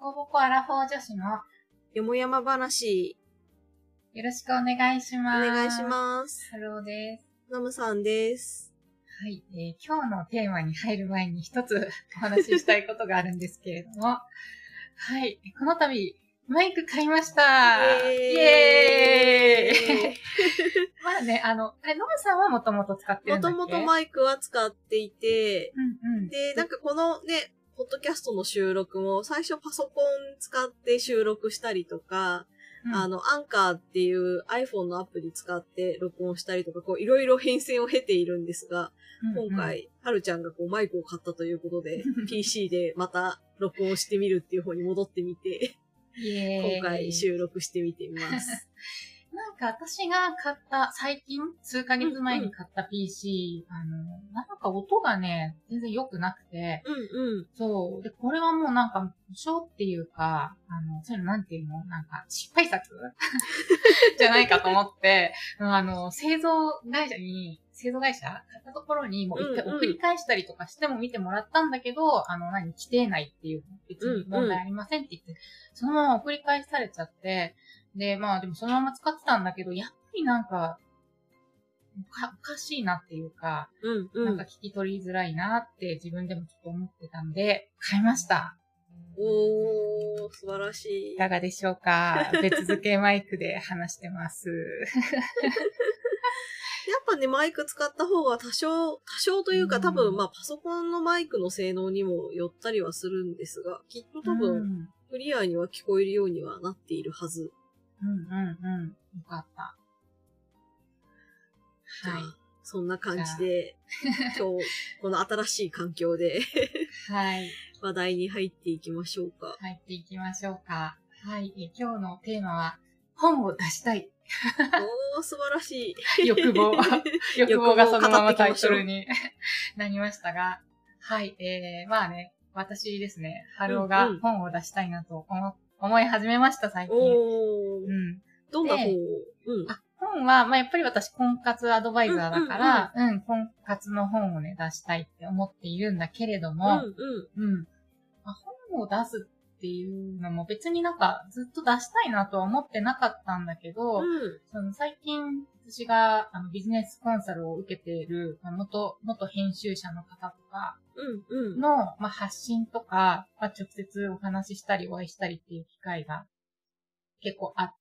ボコボコアラフォー女子のよもやま話、 よろしくお願いします。 お願いします。 ハローです。 ナムさんです。 はい、今日のテーマに入る前に一つお話ししたいことがあるんですけれども、はい、この度、マイク買いました。イエーイまあね、ノムさんはもともと使ってるんだっけ？ もともとマイクは使っていて、 うんうん、 で、なんかこのね、ポッドキャストの収録も最初パソコン使って収録したりとか、アンカーっていう iPhone のアプリ使って録音したりとか、こういろいろ変遷を経ているんですが、今回、はるちゃんがこうマイクを買ったということで、PC でまた録音してみるっていう方に戻ってみて、今回収録してみてみます。 なんか私が買った、最近、数ヶ月前に買った PC、なんか音がね、全然良くなくて、そう。で、これはもうなんか、故障っていうか、そういうのなんていうの？なんか、失敗作じゃないかと思って、製造会社買ったところにもう一回送り返したりとかしても見てもらったんだけど、規定内っていう、別に問題ありませんって言って、そのまま送り返されちゃって、で、まあでもそのまま使ってたんだけど、やっぱりなんか、おかしいなっていうか、なんか聞き取りづらいなって自分でもちょっと思ってたんで、買いました。 おー、素晴らしい。 いかがでしょうか？別付けマイクで話してます。 やっぱね、マイク使った方が多少というか、多分まあパソコンのマイクの性能にもよったりはするんですが、きっと多分、クリアには聞こえるようにはなっているはず。 よかった。はい。 そんな感じで、今日、この新しい環境ではい。 話題に入っていきましょうか。 入っていきましょうか。はい。今日のテーマは、本を出したい。 おー、素晴らしい。欲望がそのままタイトルになりましたが、はい。まあね、私ですね、春尾が本を出したいなと思い始めました、最近。 どんな本を？ 本は、まあ、やっぱり私、婚活アドバイザーだから、婚活の本をね、出したいって思っているんだけれども、まあ、本を出すっていうのも別になんかずっと出したいなとは思ってなかったんだけど、その最近私がビジネスコンサルを受けている元編集者の方とかの、まあ、発信とか、まあ、直接お話ししたりお会いしたりっていう機会が結構あって、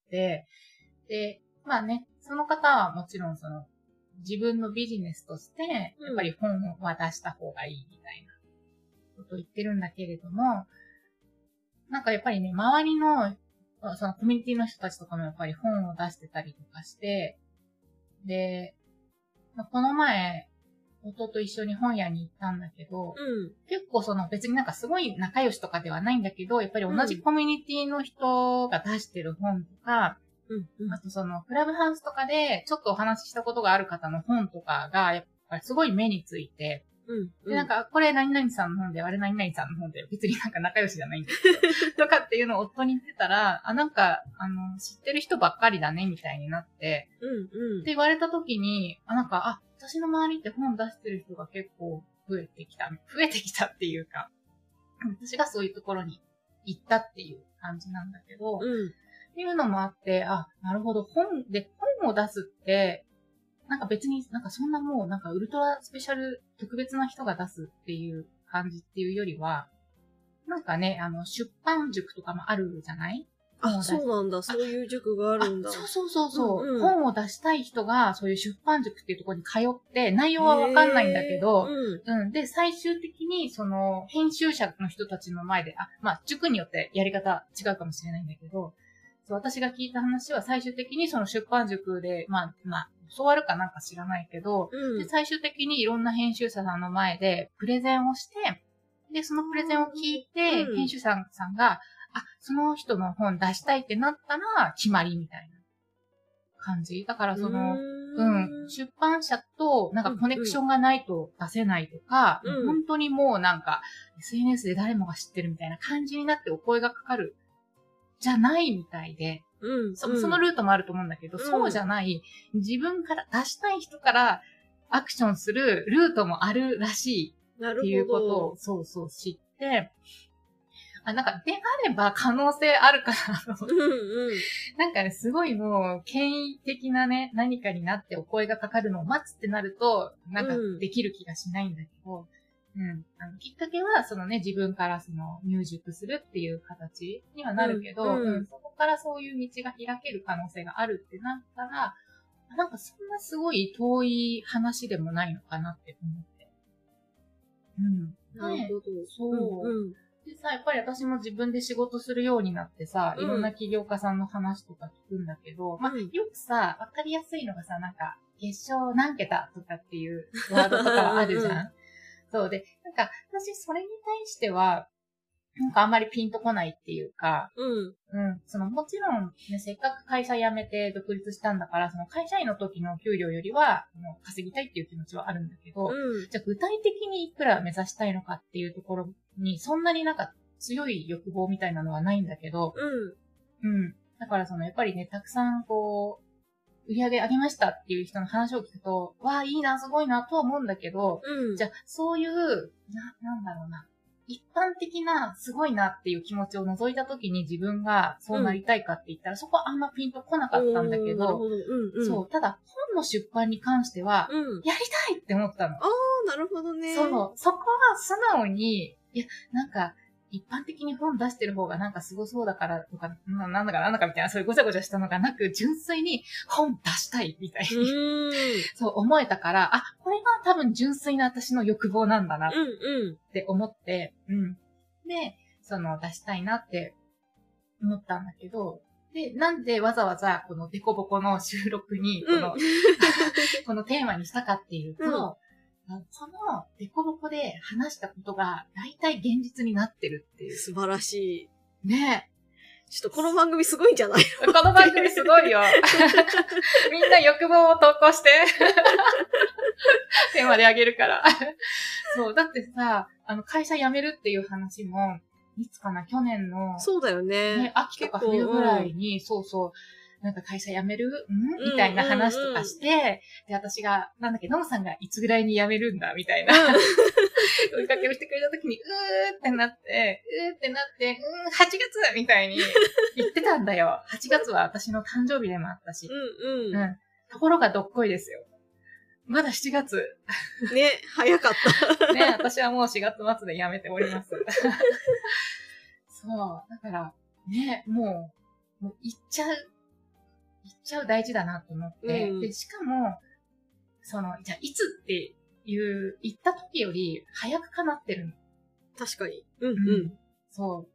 で、まあね、その方はもちろんその自分のビジネスとして、やっぱり本は出した方がいいみたいなことを言ってるんだけれども、なんかやっぱりね、周りの、そのコミュニティの人たちとかもやっぱり本を出してたりとかして、で、この前、夫と一緒に本屋に行ったんだけど、結構その別になんかすごい仲良しとかではないんだけど、やっぱり同じコミュニティの人が出してる本とか、あとそのクラブハウスとかでちょっとお話ししたことがある方の本とかがやっぱりすごい目について、でなんかこれ何々さんの本であれ何々さんの本で別になんか仲良しじゃないんですけどとかっていうのを夫に言ってたら、なんか知ってる人ばっかりだねみたいになって、って言われた時になんか私の周りって本出してる人が結構増えてきたっていうか、私がそういうところに行ったっていう感じなんだけど、っていうのもあって、なるほど、本を出すって、なんか別になんかそんなもうなんかウルトラスペシャル特別な人が出すっていう感じっていうよりは、なんかね、出版塾とかもあるじゃない？ そうなんだ。そういう塾があるんだ。 そう。本を出したい人が、そういう出版塾っていうところに通って、内容はわかんないんだけど、で、最終的に、その、編集者の人たちの前で、まあ、塾によってやり方違うかもしれないんだけど、そう、私が聞いた話は最終的にその出版塾で、まあ、教わるかなんか知らないけど、で、最終的にいろんな編集者さんの前でプレゼンをして、で、そのプレゼンを聞いて、編集者さんが、その人の本出したいってなったら、決まりみたいな感じ。だからその、出版社となんかコネクションがないと出せないとか、本当にもうなんか SNS で誰もが知ってるみたいな感じになってお声がかかるじゃないみたいで、そのルートもあると思うんだけど、そうじゃない、自分から出したい人からアクションするルートもあるらしいっていうことを、そう知って、 なんか、であれば可能性あるかなと。 うんうん。 なんかね、すごいもう、権威的なね、何かになってお声がかかるのを待つってなると、なんかできる気がしないんだけど、きっかけは、そのね、自分からその入塾するっていう形にはなるけど、そこからそういう道が開ける可能性があるってなったら、なんかそんなすごい遠い話でもないのかなって思って。 なるほど。 そう。でさ、やっぱり私も自分で仕事するようになってさ、いろんな起業家さんの話とか聞くんだけど、まあ、よくさ、わかりやすいのがさ、なんか、月賞何桁とかっていうワードとかはあるじゃん。そうで、なんか、私それに対しては、なんかあんまりピンとこないっていうか、もちろんね、せっかく会社辞めて独立したんだから、その会社員の時の給料よりは、稼ぎたいっていう気持ちはあるんだけど、じゃあ具体的にいくら目指したいのかっていうところに、そんなになんか強い欲望みたいなのはないんだけど、だからやっぱりね、たくさんこう、売り上げ上げましたっていう人の話を聞くと、わあ、いいな、すごいな、とは思うんだけど、じゃあ、そういう、なんだろうな、一般的な、すごいなっていう気持ちを除いたときに自分がそうなりたいかって言ったら、そこはあんまピンとこなかったんだけど、そう、ただ、本の出版に関しては、やりたいって思ったの。 ああ、なるほどね。 そう、そこは素直に、いや、なんか、一般的に本出してる方がなんかすごそうだからとか、なんだかみたいな、そういうごちゃごちゃしたのがなく、純粋に本出したいみたいにそう思えたから、これが多分純粋な私の欲望なんだなって思って、で、出したいなって思ったんだけど、で、なんでわざわざこのデコボコの収録に、このテーマにしたかっていうと、このデコボコで話したことが大体現実になってるっていう。 素晴らしい。 ねえ。ちょっとこの番組すごいんじゃないこの番組すごいよ。みんな欲望を投稿して。テーマであげるから。そう、だってさ、会社辞めるっていう話も、いつかな、去年の。 そうだよね。 秋とか冬ぐらいに、そう。なんか会社辞めるみたいな話とかして、で、私が、ノムさんがいつぐらいに辞めるんだみたいな、追いかけをしてくれた時に、ってなって、8月みたいに言ってたんだよ。8月は私の誕生日でもあったし。ところがどっこいですよ。まだ7月。 ね、早かった。 ね、私はもう4月末で辞めております。そう、だから、ね、もう行っちゃう大事だなと思って、で、しかも、じゃあいつって言った時より早く叶ってるの。 確かに。 そう。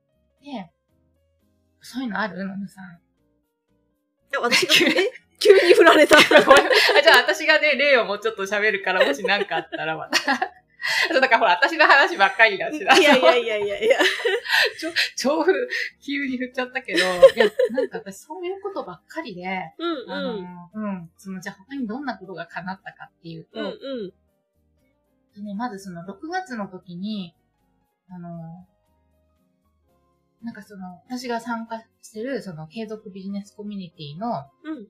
で、そういうのあるのむさん。いや、私が急に振られた。 じゃあ私がね、例をもうちょっと喋るから、もし何かあったらまた。だからほら、私の話ばっかりだしな。 いや。 超急に振っちゃったけど、いや、なんか私そういうことばっかりで、じゃあ他にどんなことが叶ったかっていうと、まず6月の時に、私が参加してる、継続ビジネスコミュニティの、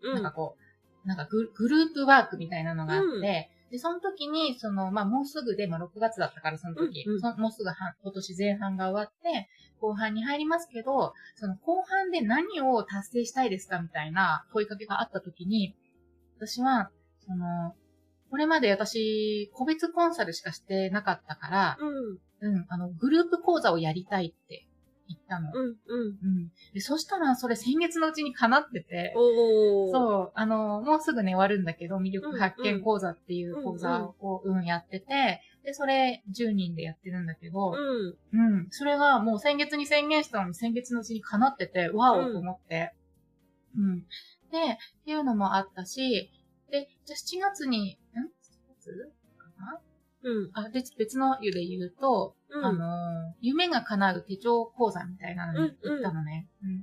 グループワークみたいなのがあって、で、その時に、もうすぐで、6月だったから、その時、もうすぐ今年前半が終わって、後半に入りますけど、後半で何を達成したいですかみたいな問いかけがあった時に、私は、これまで私、個別コンサルしかしてなかったから、グループ講座をやりたいって言ったの。で、そしたら、それ先月のうちに叶ってて、そう、もうすぐね、終わるんだけど、魅力発見講座っていう講座を、やってて、で、それ10人でやってるんだけど、それがもう先月に宣言したのに先月のうちに叶ってて、わおと思って、で、っていうのもあったし、で、じゃあ7月に、7月かなで、別の湯で言うと、夢が叶う手帳講座みたいなのに行ったのね。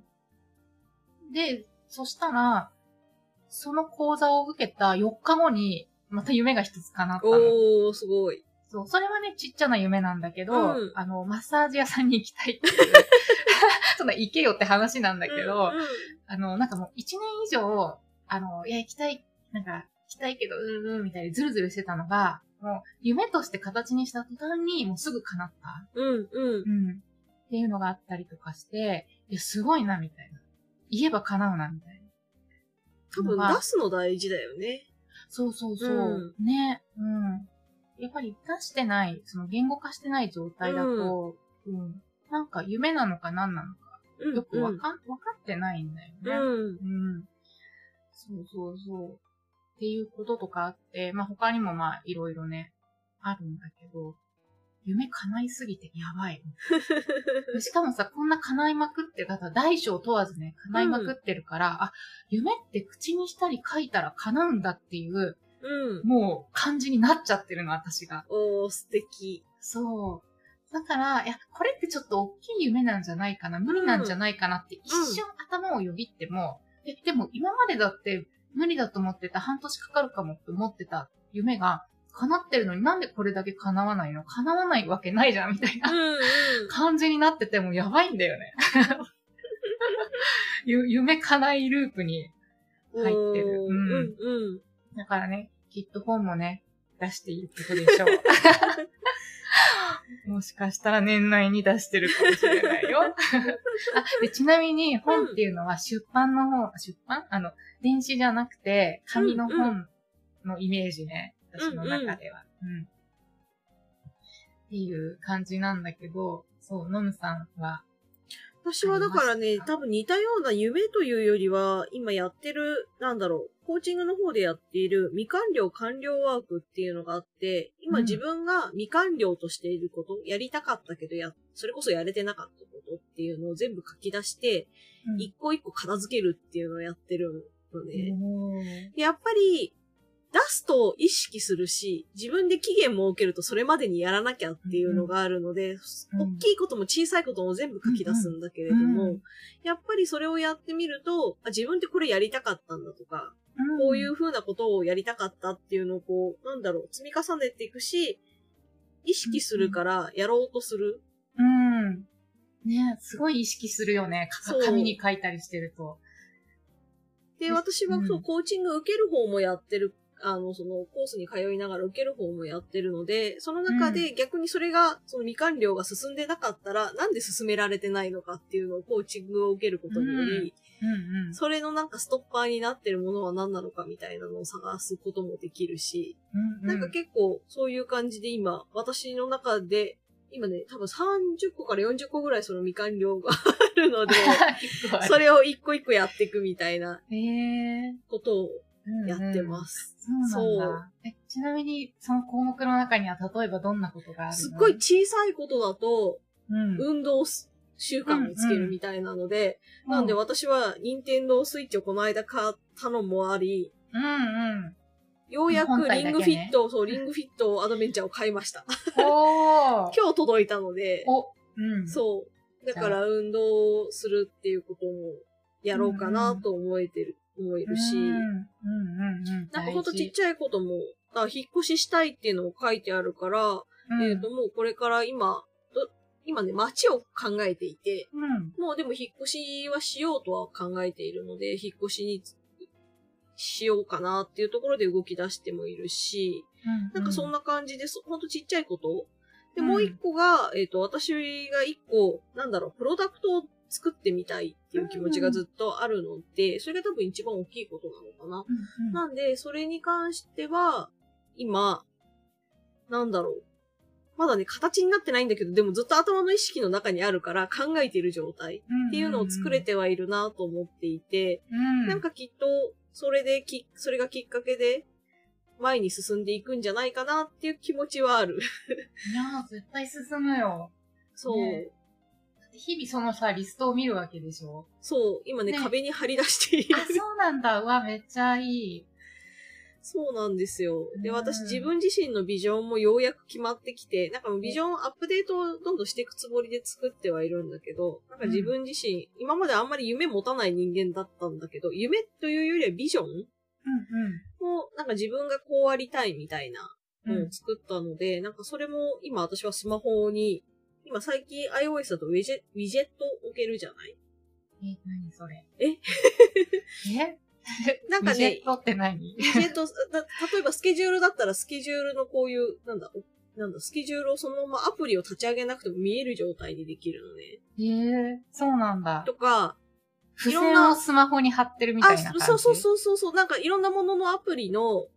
で、そしたら、その講座を受けた4日後に、また夢が一つ叶ったの。 すごい。 そう、それはね、ちっちゃな夢なんだけど、マッサージ屋さんに行きたいっていう、行けよって話なんだけど、なんかもう1年以上、いや、行きたいけど、みたいにズルズルしてたのが、もう、夢として形にした途端に、もうすぐ叶った。 っていうのがあったりとかして、いや、すごいな、みたいな。言えば叶うな、みたいな。 多分出すの大事だよね。 そうそうそう。ね。うん。やっぱり出してない、その言語化してない状態だと、なんか夢なのか何なのか、よくわかってないんだよね。そうそうそう。っていうこととかあって、まあ他にもまあいろいろね、あるんだけど、夢叶いすぎてやばい。しかもさ、こんな叶いまくってる方、大小問わずね、叶いまくってるから、あ、夢って口にしたり書いたら叶うんだっていう、もう感じになっちゃってるの、私が。 おー、素敵。 そう。だから、いや、これってちょっと大きい夢なんじゃないかな、無理なんじゃないかなって一瞬頭をよぎっても、でも今までだって無理だと思ってた、半年かかるかもって思ってた夢が、叶ってるのになんでこれだけ叶わないの？叶わないわけないじゃんみたいな感じになっててもやばいんだよね。夢叶いループに入ってる。だからね、きっと本もね、出していることでしょう。もしかしたら年内に出してるかもしれないよ。でちなみに本っていうのは出版電子じゃなくて紙の本のイメージね。私の中では。っていう感じなんだけど、そう、ノムさんは。 私はだからね、多分似たような夢というよりは、今やってる、コーチングの方でやっている未完了完了ワークっていうのがあって、今自分が未完了としていること、やりたかったけどそれこそやれてなかったことっていうのを全部書き出して、一個一個片付けるっていうのをやってるので、やっぱり、出すと意識するし、自分で期限設けるとそれまでにやらなきゃっていうのがあるので、大きいことも小さいことも全部書き出すんだけれども、やっぱりそれをやってみると、自分ってこれやりたかったんだとか、こういう風なことをやりたかったっていうのを積み重ねていくし、意識するからやろうとする。 ね、すごい意識するよね。紙に書いたりしてると。 で、私はコーチング受ける方もやってる。コースに通いながら受ける方もやってるので、その中で逆にそれが、未完了が進んでなかったら、なんで進められてないのかっていうのをコーチングを受けることにより、それのストッパーになってるものは何なのかみたいなのを探すこともできるし、結構そういう感じで今、私の中で、今ね、多分30個から40個ぐらいその未完了があるので、それを一個一個やっていくみたいなことをやってます。 そうなんだ。ちなみに、その項目の中には例えばどんなことがあるの？ すっごい小さいことだと、運動習慣をつけるみたいなので、なんで私は任天堂スイッチをこの間買ったのもあり、ようやくリングフィットアドベンチャーを買いました。今日届いたので、そう。だから運動するっていうこともやろうかなと思えるし、ほんとちっちゃいことも、引っ越ししたいっていうのも書いてあるから、もうこれから今ね、街を考えていて、もうでも引っ越しはしようとは考えているので、引っ越しにしようかなっていうところで動き出してもいるし、そんな感じで、ほんとちっちゃいことで、もう一個が、私が一個、プロダクトを作ってみたいっていう気持ちがずっとあるので、それが多分一番大きいことなのかな。なんで、それに関しては、今、まだね、形になってないんだけど、でもずっと頭の意識の中にあるから考えている状態っていうのを作れてはいるなと思っていて、きっと、それがきっかけで、前に進んでいくんじゃないかなっていう気持ちはある。 いやー、絶対進むよ。 そう。ね、 日々そのリストを見るわけでしょ？ そう。今ね、壁に貼り出している。 そうなんだ。うわ、めっちゃいい。 そうなんですよ。で、私自分自身のビジョンもようやく決まってきて、ビジョンアップデートをどんどんしていくつもりで作ってはいるんだけど、自分自身、今まであんまり夢持たない人間だったんだけど、夢というよりはビジョンも自分がこうありたいみたいなのを作ったので、それも今私はスマホに、今最近 iOS だとウィジェット置けるじゃない？ 何それ？ えウィジェットって何？ ウィジェット、例えばスケジュールだったらスケジュールのこういう、 スケジュールをそのままアプリを立ち上げなくても見える状態にできるのね。 へえ、そうなんだ。 とか、 付箋をスマホに貼ってるみたいな感じ。 そう。なんかいろんなもののアプリの、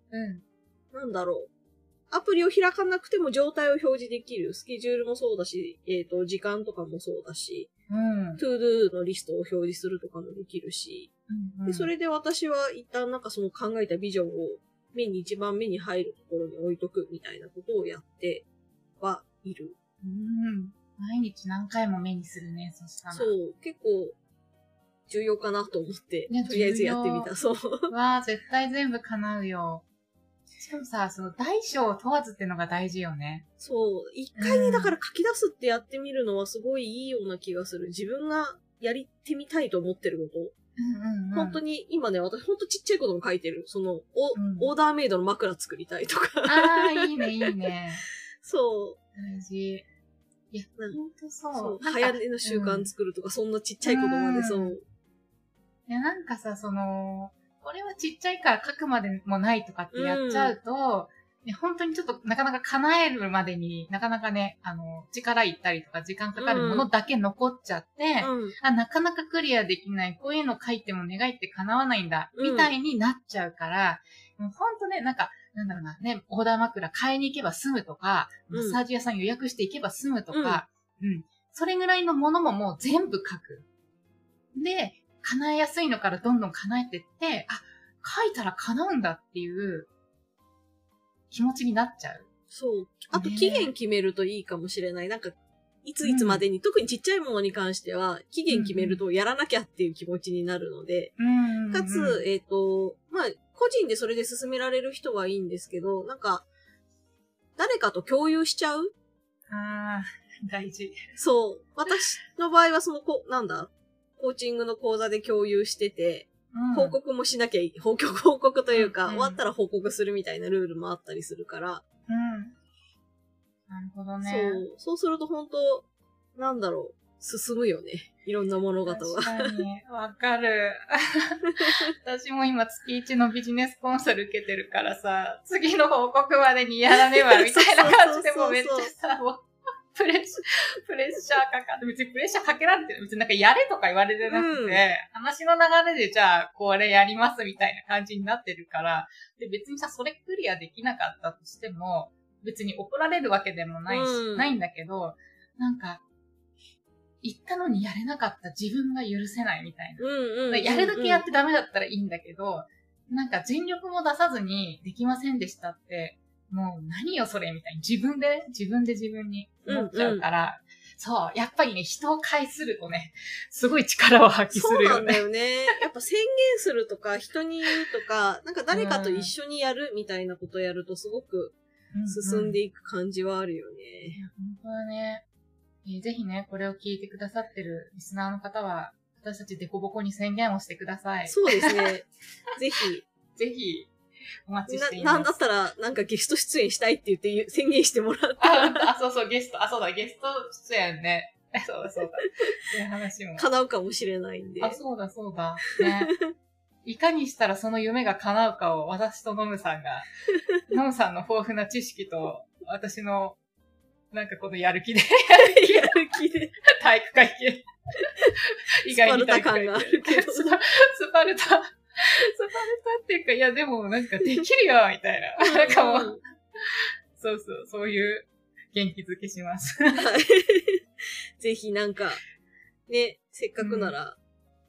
アプリを開かなくても状態を表示できる。スケジュールもそうだし、時間とかもそうだし、トゥードゥのリストを表示するとかもできるし、で、それで私は一旦なんかその考えたビジョンを一番目に入るところに置いとくみたいなことをやってはいる。 毎日何回も目にするね、そしたら。 そう、結構重要かなと思って、とりあえずやってみた。そう。 わあ、絶対全部叶うよ。しかもさ、その大小を問わずってのが大事よね。 そう。一回ね、だから書き出すってやってみるのはすごいいいような気がする。自分がやってみたいと思ってること。本当に、今ね、私本当ちっちゃいことも書いてる。オーダーメイドの枕作りたいとか。 ああ、いいね、いいね。 そう。 大事。いや、ほんとそう。 そう。早寝の習慣作るとか、そんなちっちゃいことまでそう。 いや、なんかさ、これはちっちゃいから書くまでもないとかってやっちゃうと、本当にちょっとなかなか叶えるまでになかなかね、力いったりとか時間かかるものだけ残っちゃって、なかなかクリアできない、こういうの書いても願いって叶わないんだ、みたいになっちゃうから、もうほんとね、なんだろうな、ね、オーダー枕買いに行けば済むとか、マッサージ屋さん予約して行けば済むとか、それぐらいのものももう全部書く。で、叶えやすいのからどんどん叶えてって、書いたら叶うんだっていう気持ちになっちゃう。 そう。あと期限決めるといいかもしれない。なんか、いついつまでに、特にちっちゃいものに関しては、期限決めるとやらなきゃっていう気持ちになるので、かつ、まあ、個人でそれで進められる人はいいんですけど、なんか、誰かと共有しちゃう？ 大事。 そう。私の場合はコーチングの講座で共有してて、報告もしなきゃいい。報告というか、終わったら報告するみたいなルールもあったりするから。 なるほどね。 そうすると本当進むよね。いろんな物事が。 確かに、わかる。私も今月1のビジネスコンサル受けてるからさ、次の報告までにやらねばみたいな感じでもめっちゃさ、もうプレッシャーかかって、別にプレッシャーかけられてる。別になんかやれとか言われてなくて、話の流れでじゃあこれやりますみたいな感じになってるから、で別にさ、それクリアできなかったとしても、別に怒られるわけでもないし、ないんだけど、なんか、言ったのにやれなかった自分が許せないみたいな。やるだけやってダメだったらいいんだけど、なんか全力も出さずにできませんでしたって、もう何よそれみたいに自分で自分に思っちゃうから、そう、やっぱりね、人を介するとね、すごい力を発揮するよね。 そうなんだよね。やっぱ宣言するとか、人に言うとか、なんか誰かと一緒にやるみたいなことをやるとすごく進んでいく感じはあるよね。 本当だね。ぜひね、これを聞いてくださってるリスナーの方は、私たちデコボコに宣言をしてください。 そうですね。ぜひ、お待ちしています。 なんだったら、なんかゲスト出演したいって言って宣言してもらって。 そう、ゲスト出演ね。そうだ。そういう話も。 叶うかもしれないんで。 そうだ。ね。いかにしたらその夢が叶うかを私とノムさんの豊富な知識と、私の、なんかこのやる気で。体育会系。意外に体育会系。 スパルタ感があるけど。 スパルタっていうか、いやでもなんかできるよみたいな。なんかもう、そういう元気づけします。 はい。ぜひなんか、ね、せっかくなら、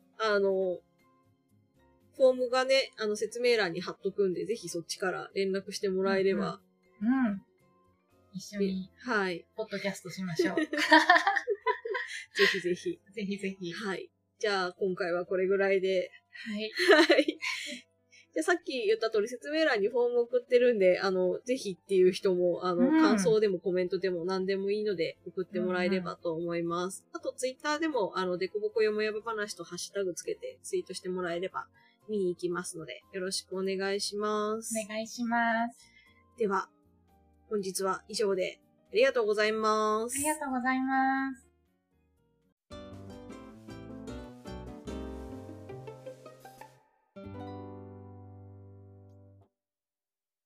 フォームがね、説明欄に貼っとくんで、ぜひそっちから連絡してもらえれば。 一緒に、 はい。 ポッドキャストしましょう。 ぜひぜひ。はい。じゃあ、今回はこれぐらいで。 はい。 じゃあ、さっき言った通り説明欄にフォーム送ってるんで、ぜひっていう人も、感想でもコメントでも何でもいいので送ってもらえればと思います。あと、ツイッターでも、デコボコよもやば話とハッシュタグつけてツイートしてもらえれば見に行きますので、よろしくお願いします。 お願いします。 では、本日は以上でありがとうございます。 ありがとうございます。